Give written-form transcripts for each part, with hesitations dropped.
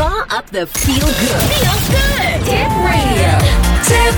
Spa up the feel good. Feels good. Tip Radio. Tip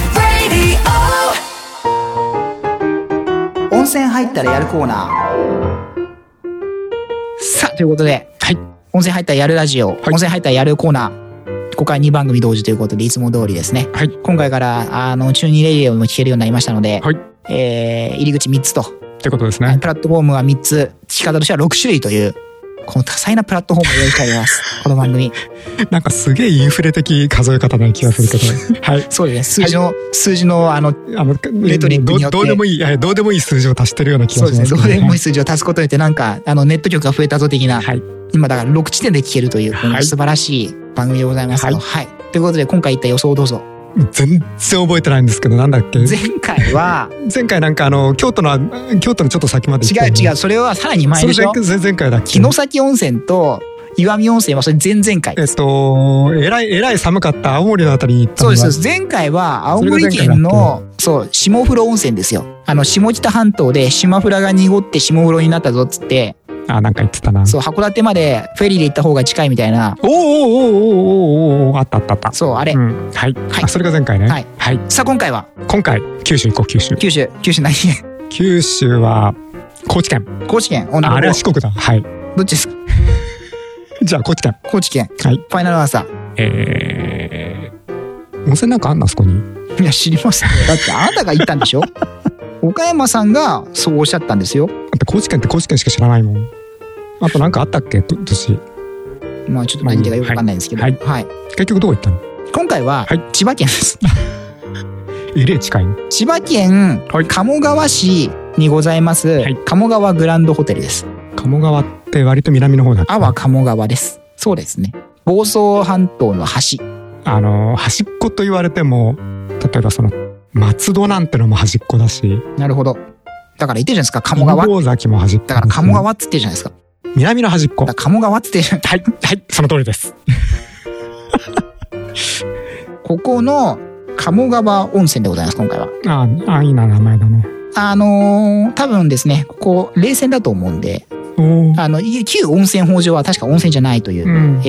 Radio. 温泉入ったらやるコーナー。さあということで、 はい、 温泉入ったらやるラジオ、はい、温泉入ったらやるコーナー。ここから2番組同時ということでいつも通りですね。はい、今回から中2レディオも聞けるようになりましたので、はい、入り口3つと。 ってことですね。 プラットフォームは3つ、聞き方としては6種類という。この多彩なプラットフォームを用意してあります。この番組。 なんかすげえインフレ的数え方な気がするけど。はい。 そうですね。数字のレトリックによってどうでもいい数字を足してるような気がしますね。 そうですね。どうでもいい数字を足すことによってなんかネット局が増えたぞ的な。はい。今だから6地点で聞けるというこの素晴らしい番組でございます。はい。はい。ということで今回言った予想をどうぞ。 全然覚えてないんですけど、なんだっけ。 前回なんか京都のちょっと先まで行って。違う、それはさらに前でしょ。 それ前回だっけ。 城崎温泉と岩見温泉はそれ前々回。 えらい寒かった青森のあたりに行ったのが。 そうです。前回は青森県の下風呂温泉ですよ。下北半島で島風呂が濁って下風呂になったぞっつって。 なんか言ってたな。 そう、函館までフェリーで行った方が近いみたいな。 おー、あった。 そう、あれ。 うん、はい。はい。それが前回ね。はい。はい。 さあ、今回、 九州行こう、九州何九州は、高知県。 あれは四国だ。はい。 どっちですか？ じゃあ、高知県。はい。 ファイナルアンサー。温泉なんかあんな、あそこに。 いや、知りません。だってあなたが言ったんでしょ？岡山さんがそうおっしゃったんですよ。 だって高知県って高知県しか知らないもん。あとなんかあったっけ年。 まあちょっと何言ってかよくわかんないんですけど。はい。 結局どこ行ったの？ 今回は千葉県です。 近い。 千葉県鴨川市にございます、鴨川グランドホテルです。 鴨川って割と南の方だっけ？ 鴨川です。そうですね。房総半島の端。 端っこと言われても、例えば松戸なんてのも端っこだし。 なるほど。だから言ってるじゃないですか、鴨川。 大崎も端っこ。 だから鴨川っつってるじゃないですか。 南の端っこ。 だから鴨川っつってるじゃない。 はい、その通りです。 ここの鴨川温泉でございます、今回は。 いいな名前だね。 多分ですね、ここ冷泉だと思うんで、旧温泉法上は確か温泉じゃないという。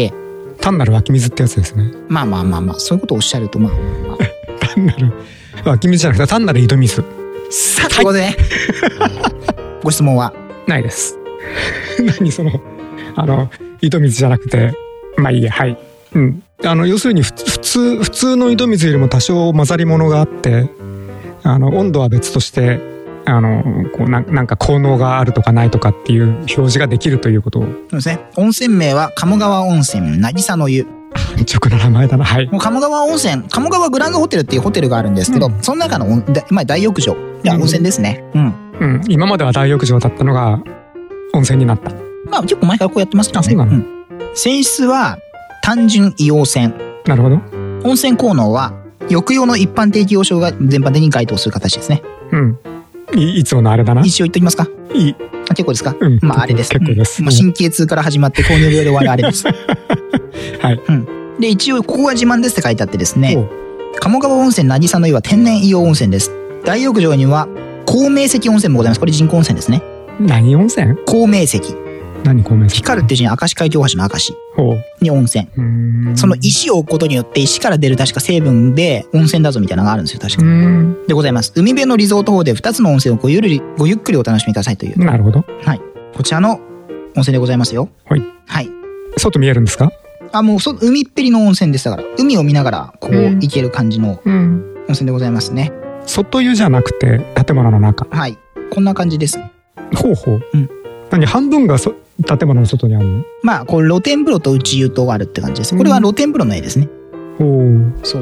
単なる湧き水ってやつですね。 まあ、そういうことをおっしゃると単なる湧き水じゃなくて単なる井戸水。 さあ、ということでね。ご質問はないです。何井戸水じゃなくて、まあいいや、はい。うん。要するに普通の井戸水よりも多少混ざり物があって、温度は別として、なんか効能があるとかないとかっていう表示ができるということを。 そうですね。温泉名は鴨川温泉渚の湯。 直な名前だな。はい。 もう鴨川グランドホテルっていうホテルがあるんですけど、その中の大浴場が温泉ですね。 今までは大浴場だったのが温泉になった。 まあ結構前からこうやってますね。 そうなの。 泉質は単純硫黄泉。 なるほど。 温泉効能は浴用の一般的用症が全般的に該当する形ですね。 いつものあれだな。 一応言っときますか？ いい。 結構ですか？まああれです。 結構です。 神経痛から始まって糖尿病で終わるあれです。はい。で、一応ここが自慢ですって書いてあってですね、鴨川温泉渚の湯は天然硫黄温泉です。大浴場には光明石温泉もございます。これ人工温泉ですね。 何温泉？ 光明石。 何光明石？ 光るっていう字に明石海峡大橋の明石に温泉。その石を置くことによって石から出る確か成分で温泉だぞみたいなのがあるんですよ、確か。でございます。海辺のリゾートホテル2つの温泉をごゆっくりお楽しみくださいという。 なるほど。 はい。こちらの温泉でございますよ。 はい。 はい。 外見えるんですか？もう海っぺりの温泉でしたから、海を見ながらこう行ける感じの温泉でございますね。 外湯じゃなくて建物の中。 はい。こんな感じです。 ほう。何半分が建物の外にあるの？まあ、 露天風呂と内湯とあるって感じです。これは露天風呂の絵ですね。そう。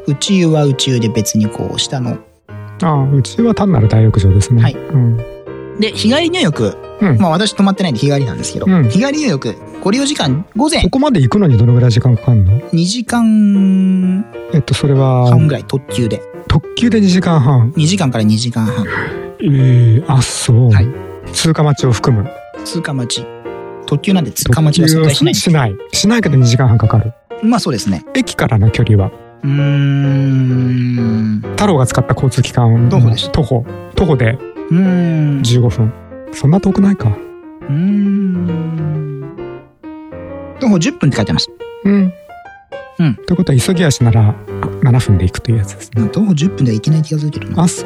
内湯は内湯で別に下の。 内湯は単なる大浴場ですね。はい。 で、日帰り入浴。私泊まってないんで日帰りなんですけど、日帰り入浴、ご利用時間午前。 ここまで行くのにどのぐらい時間かかるの ？2時間。 それは。 半ぐらい、特急で。 特急で2時間半。 2時間から2時間半。 そう。はい。通過待ちを含む。 通過待ち。特急なんで通過待ちは存在しない。 しないけど2時間半かかる。 まあそうですね。 駅からの距離は太郎が使った交通機関徒歩でした。 徒歩で15分。そんな遠くないか。 徒歩10分って書いてます。 うん。 ということは急ぎ足なら7分で行くというやつですね。 徒歩10分では行けない気がするけどな。 あ、そう。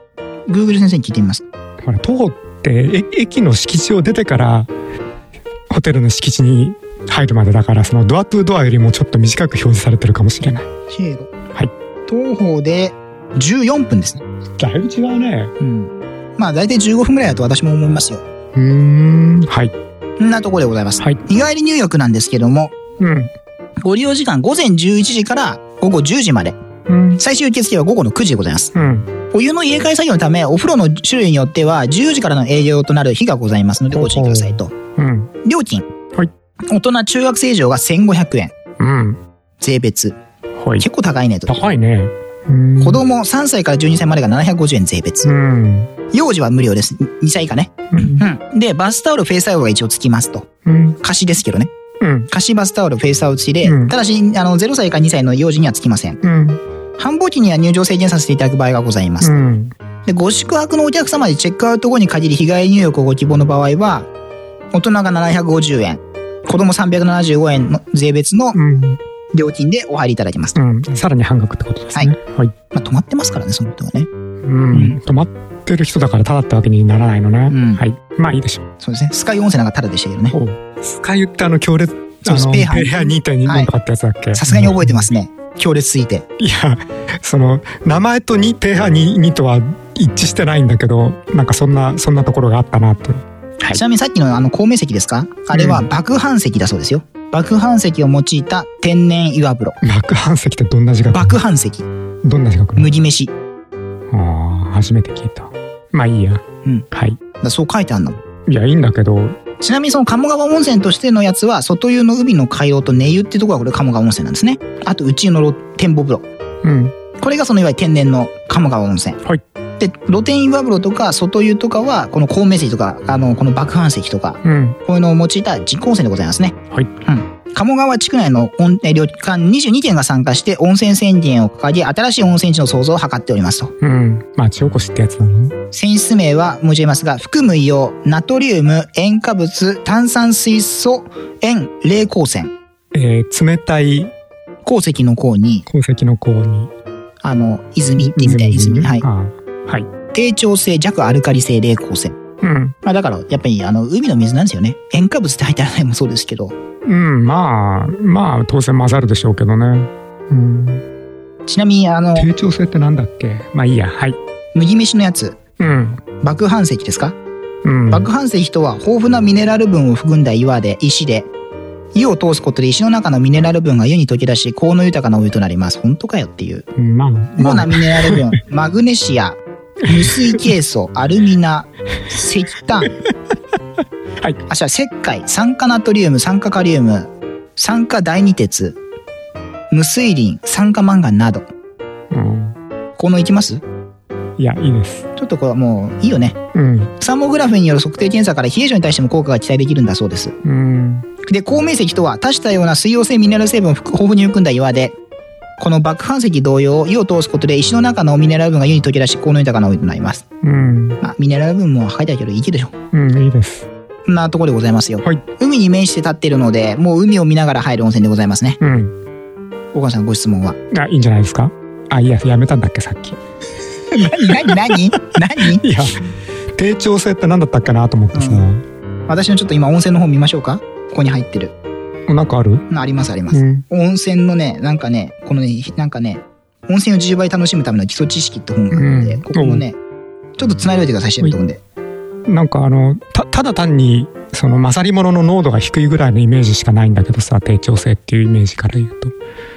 Google 先生に聞いてみます。 ほら、徒歩って駅の敷地を出てからホテルの敷地に入るまでだから、そのドアトゥドアよりもちょっと短く表示されてるかもしれない。 経路。 はい。 徒歩で14分ですね。 だいぶ違うね。 うん。まあ大体15分ぐらいだと私も思いますよ。 はい。 こんなところでございます。 はい。 日帰り入浴なんですけども、 うん。 ご利用時間午前11時から午後10時まで。 うん。 最終受付は午後の9時でございます。 うん。 お湯の入れ替え作業のため、お風呂の種類によっては14時からの営業となる日がございますのでご注意くださいと。 うん。 料金。 はい。 大人中学生以上が1500円。 うん。 税別。 はい。 結構高いねと。 高いね。 子供3歳から12歳までが750円税別。幼児は無料です。2歳以下ね。で、バスタオル、フェイスタオルが一応つきますと。貸しですけどね。貸しバスタオル、フェイスタオル付きで、ただし、0歳から2歳の幼児にはつきません。繁忙期には入場制限させていただく場合がございます。で、ご宿泊のお客様でチェックアウト後に限り日帰り入浴をご希望の場合は、大人が750円、子供375円の税別の料金でお入りいただけます。 さらに半額ってことですね。はい。 まあ、泊まってますからね、その人はね。 泊まってる人だからタダってわけにならないのね。はい。まあいいでしょう。 そうですね。スカイ温泉なんかタダでしたけどね。 スカイって強烈、 ペーハー 2.2 とかってやつだっけ？ さすがに覚えてますね。強烈すぎて。 いや、名前とペーハー2とは一致してないんだけど、なんかそんなところがあったなと。 はい、ちなみにさっきの孔明石ですか？あれは麦飯石だそうですよ。麦飯石を用いた天然岩風呂。 麦飯石ってどんな字書くの？ 麦飯石。 どんな字書くの？ 麦飯。 初めて聞いた。まあいいや。はい。 そう書いてあるの。 いや、いいんだけど。 ちなみにその鴨川温泉としてのやつは、外湯の海の回廊と寝湯っていうところがこれ鴨川温泉なんですね。あと内湯の展望風呂。これがそのいわゆる天然の鴨川温泉。はい。で、露天岩風呂とか外湯とかは、この孔明石とか、この麦飯石とか、こういうのを用いた実行温泉でございますね。はい。鴨川地区内の旅館22軒が参加して温泉宣言を掲げ、新しい温泉地の創造を図っておりますと。 まあ、地おこしってやつなの？ 泉質名は申し上げますが、含む硫黄、ナトリウム、塩化物、炭酸水素、塩、冷鉱泉。 冷たい。 鉱石の鉱に。 鉱石の鉱に。 泉って意味で泉。はい。 はい。 低調性弱アルカリ性冷鉱泉。まあだから、やっぱり海の水なんですよね。塩化物って入ってあるのもそうですけど。 まあ、当然混ざるでしょうけどね。 ちなみに低調性ってなんだっけ？まあいいや、はい。 麦飯のやつ。麦飯石ですか？麦飯石とは豊富なミネラル分を含んだ石で、湯を通すことで石の中のミネラル分が湯に溶け出し、効能豊かなお湯となります。本当かよっていう。主なミネラル分、マグネシア、無水ケイ素、アルミナ、石炭。はい。石灰、酸化ナトリウム、酸化カリウム、酸化第二鉄、無水リン、酸化マンガンなど。効能いきます？ いや、いいです。 ちょっとこれはもういいよね。サーモグラフによる測定検査から冷え性に対しても効果が期待できるんだそうです。で、孔明石とは多種多様な水溶性ミネラル成分を豊富に含んだ岩で、この麦飯石同様、湯を通すことで石の中のミネラル分が湯に溶け出し、効能豊かなお湯となります。まあ、ミネラル分も書いてあるけどいいでしょ。 いいです。 こんなところでございますよ。 はい。 海に面して立っているので、もう海を見ながら入る温泉でございますね。大川さんご質問は？ いいんじゃないですか？いいや、やめたんだっけ、さっき。 何いや、低調性って何だったっけなと思ってさ。 私のちょっと今温泉の方見ましょうか？ここに入ってる。 なんかある？ あります。温泉のね、なんかね、このね、なんかね、温泉を10倍楽しむための基礎知識って本があって、ここのね、ちょっと繋いでおいてください、調べておくんで。 なんかただ単に、混ざり物の濃度が低いぐらいのイメージしかないんだけどさ、低調性っていうイメージから言うと。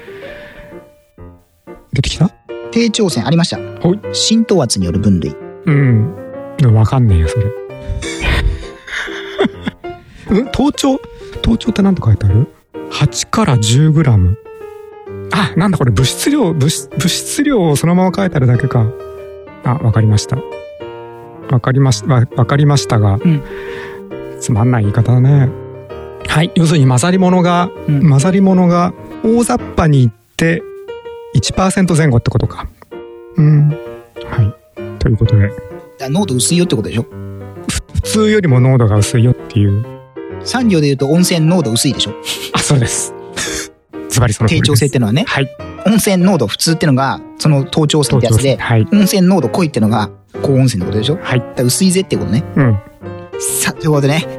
出てきた？ 低調泉ありました。浸透圧による分類。 わかんねえよ、それ。頭頂って何て書いてある？8から10グラム。なんだこれ、物質量をそのまま書いてあるだけか。わかりました。わかりましたが、つまんない言い方だね。はい、要するに混ざり物が大雑把に言って 1% 前後ってことか。はい。ということで。 濃度薄いよってことでしょ？ 普通よりも濃度が薄いよっていう。 産業で言うと温泉濃度薄いでしょ？ そうです。 ズバリその通りです。 低調性っていうのはね。 はい。 温泉濃度普通っていうのが、その等調性ってやつで、 はい。 温泉濃度濃いっていうのが高温泉ってことでしょ。 はい。 だから薄いぜっていうことね。 うん。 さあ、ということでね。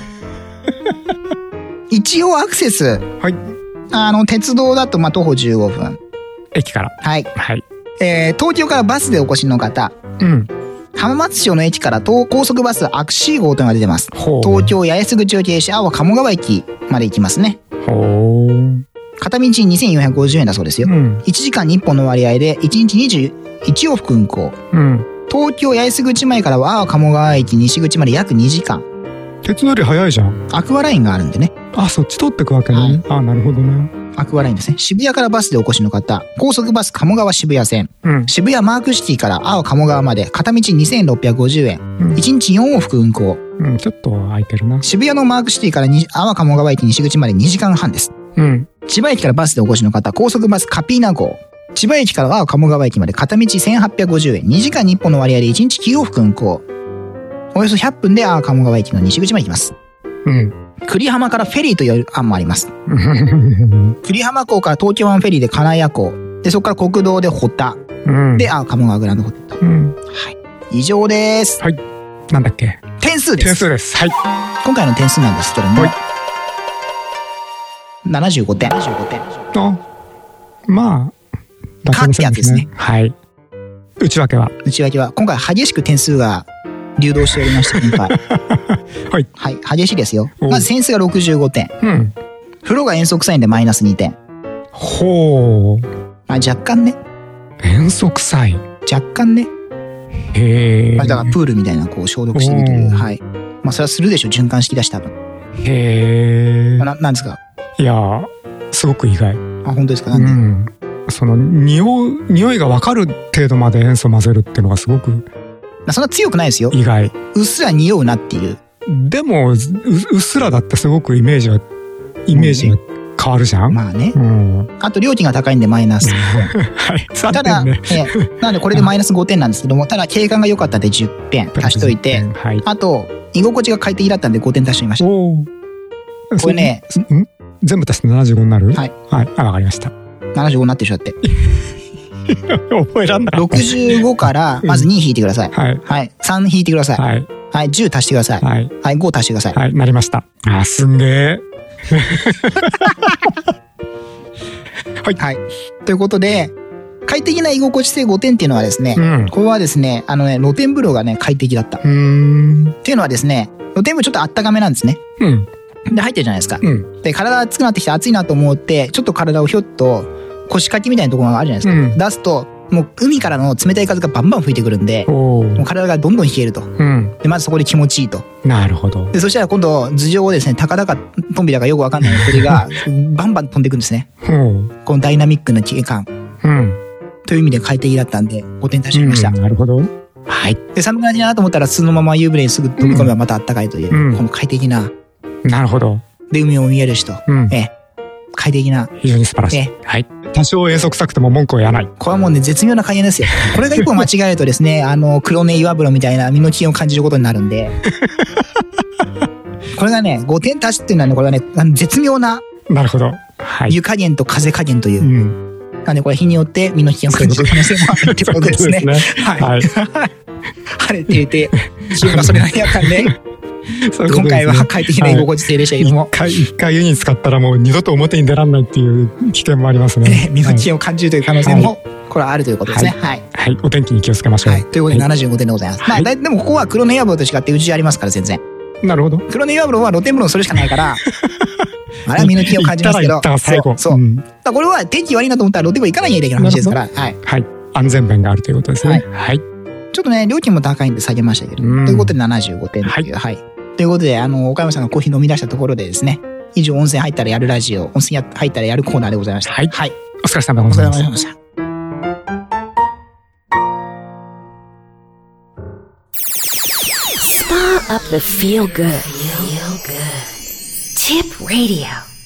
一応アクセス。 はい。 鉄道だと徒歩15分。 駅から。 はい。 はい。 東京からバスでお越しの方。 うん。 浜松町の駅から高速バスアクシー号というのが出てます。東京八重洲口を経由し、鴨川駅まで行きますね。 ほー。 片道2450円だそうですよ。1時間に1本の割合で、1日21往復運行。東京八重洲口前からは鴨川駅西口まで約2時間。 鉄道より早いじゃん。 アクアラインがあるんでね。 あ、そっち通ってくわけね。はい、なるほどね。 アクアラインですね。渋谷からバスでお越しの方、高速バス鴨川渋谷線。渋谷マークシティから鴨川まで片道2650円。1日4往復運行。 ちょっと空いてるな。 渋谷のマークシティから鴨川駅西口まで2時間半です。千葉駅からバスでお越しの方、高速バスカピーナ号。千葉駅から鴨川駅まで片道1850円。2時間に1本の割合で1日9往復運行。およそ100分で鴨川駅の西口まで行きます。久里浜からフェリーという案もあります。久里浜港から東京湾フェリーで金谷港。で、そこから国道で保田。で、鴨川グランドホテルと。はい。以上です。 はい。なんだっけ？ 点数です。 点数です。はい。 今回の点数なんですけども。75点。 あ、まあ、 かってやつですね。 はい。内訳は今回激しく点数が流動しておりまして、今回。 はい。 はい。激しいですよ。まず点数が65点。風呂が塩素臭いんでマイナス2点。 ほう。 若干ね。 塩素臭い。 若干ね。 へえ。 だからプールみたいなこう消毒してるという。はい。まあそれはするでしょ、循環式だし多分。 へえ。 なんですか？ いやー、すごく意外。 あ、本当ですか？なんで？ その匂いが分かる程度まで塩素混ぜるっていうのがすごく。 そんな強くないですよ。 意外。 うっすら匂うなっていう。 でも、うっすらだってすごくイメージが変わるじゃん。 まあね。あと料金が高いんでマイナス。 はい。 ただ、なんでこれでマイナス5点なんですけども、ただ景観が良かったんで10点足しといて、あと、居心地が快適だったんで5点足しときました。これね、 全部足して75になる？はい。はい。わかりました。 75になってる人だって。 覚えらんない。 65からまず2引いてください。はい。3引いてください。はい。10足してください。はい。5足してください。 はい。なりました。あ、すんげえ。 はい。ということで、快適な居心地性5点っていうのはですね、これはですね、露天風呂がね、快適だった。っていうのはですね、露天風呂ちょっとあったかめなんですね。で、入ってるじゃないですか。で、体熱くなってきて暑いなと思って、ちょっと体をひょっと腰掛けみたいなところがあるじゃないですか。出すと、もう海からの冷たい風がバンバン吹いてくるんで、もう体がどんどん冷えると。で、まずそこで気持ちいいと。 なるほど。 で、そしたら今度、頭上をですね、高々トンビだかよくわかんない鳥が、バンバン飛んでいくんですね。このダイナミックな景観。という意味で快適だったんで、5点足してみました。 なるほど。 はい。で、寒くなりなと思ったら、そのまま湯船にすぐ飛び込めばまた暖かいという、この快適な。 なるほど。 で、海も見えるしと。快適な。 非常に素晴らしい。はい。多少塩素臭くても文句を言わない。 これはもうね、絶妙な加減ですよ。これが一歩間違えるとですね、黒根岩風呂みたいな身の危険を感じることになるんで。これがね、5点足しっていうのはね、これはね、絶妙な。 なるほど。はい。 湯加減と風加減という。なんでこれ日によって身の危険を感じる可能性もあるってことですね。はい。晴れていて、気温がそれなりやかんで。今回は快適な居心地性でしたけども。 一回湯に浸かったらもう二度と表に出らんないっていう危険もありますね。 身の危険を感じるという可能性も、これはあるということですね。はい。 はい。お天気に気をつけましょう。はい。 ということで75点でございます。まあ、でもここは黒根岩風呂と違ってうちありますから全然。 なるほど。 黒根岩風呂は露天風呂それしかないから、あれは身の危険を感じますけど。そう。これは天気悪いなと思ったら露天風呂行かなきゃいけない話ですから。はい。はい。 安全面があるということですね。はい。 ちょっとね、料金も高いんで下げましたけど。ということで75点という。はい。ということで、岡山さんがコーヒー飲み出したところでですね、以上温泉入ったらやるラジオ、温泉入ったらやるコーナーでございました。はい。はい。 お疲れ様でございました。お疲れ様でした。 Spa up the feel good. Tip Radio.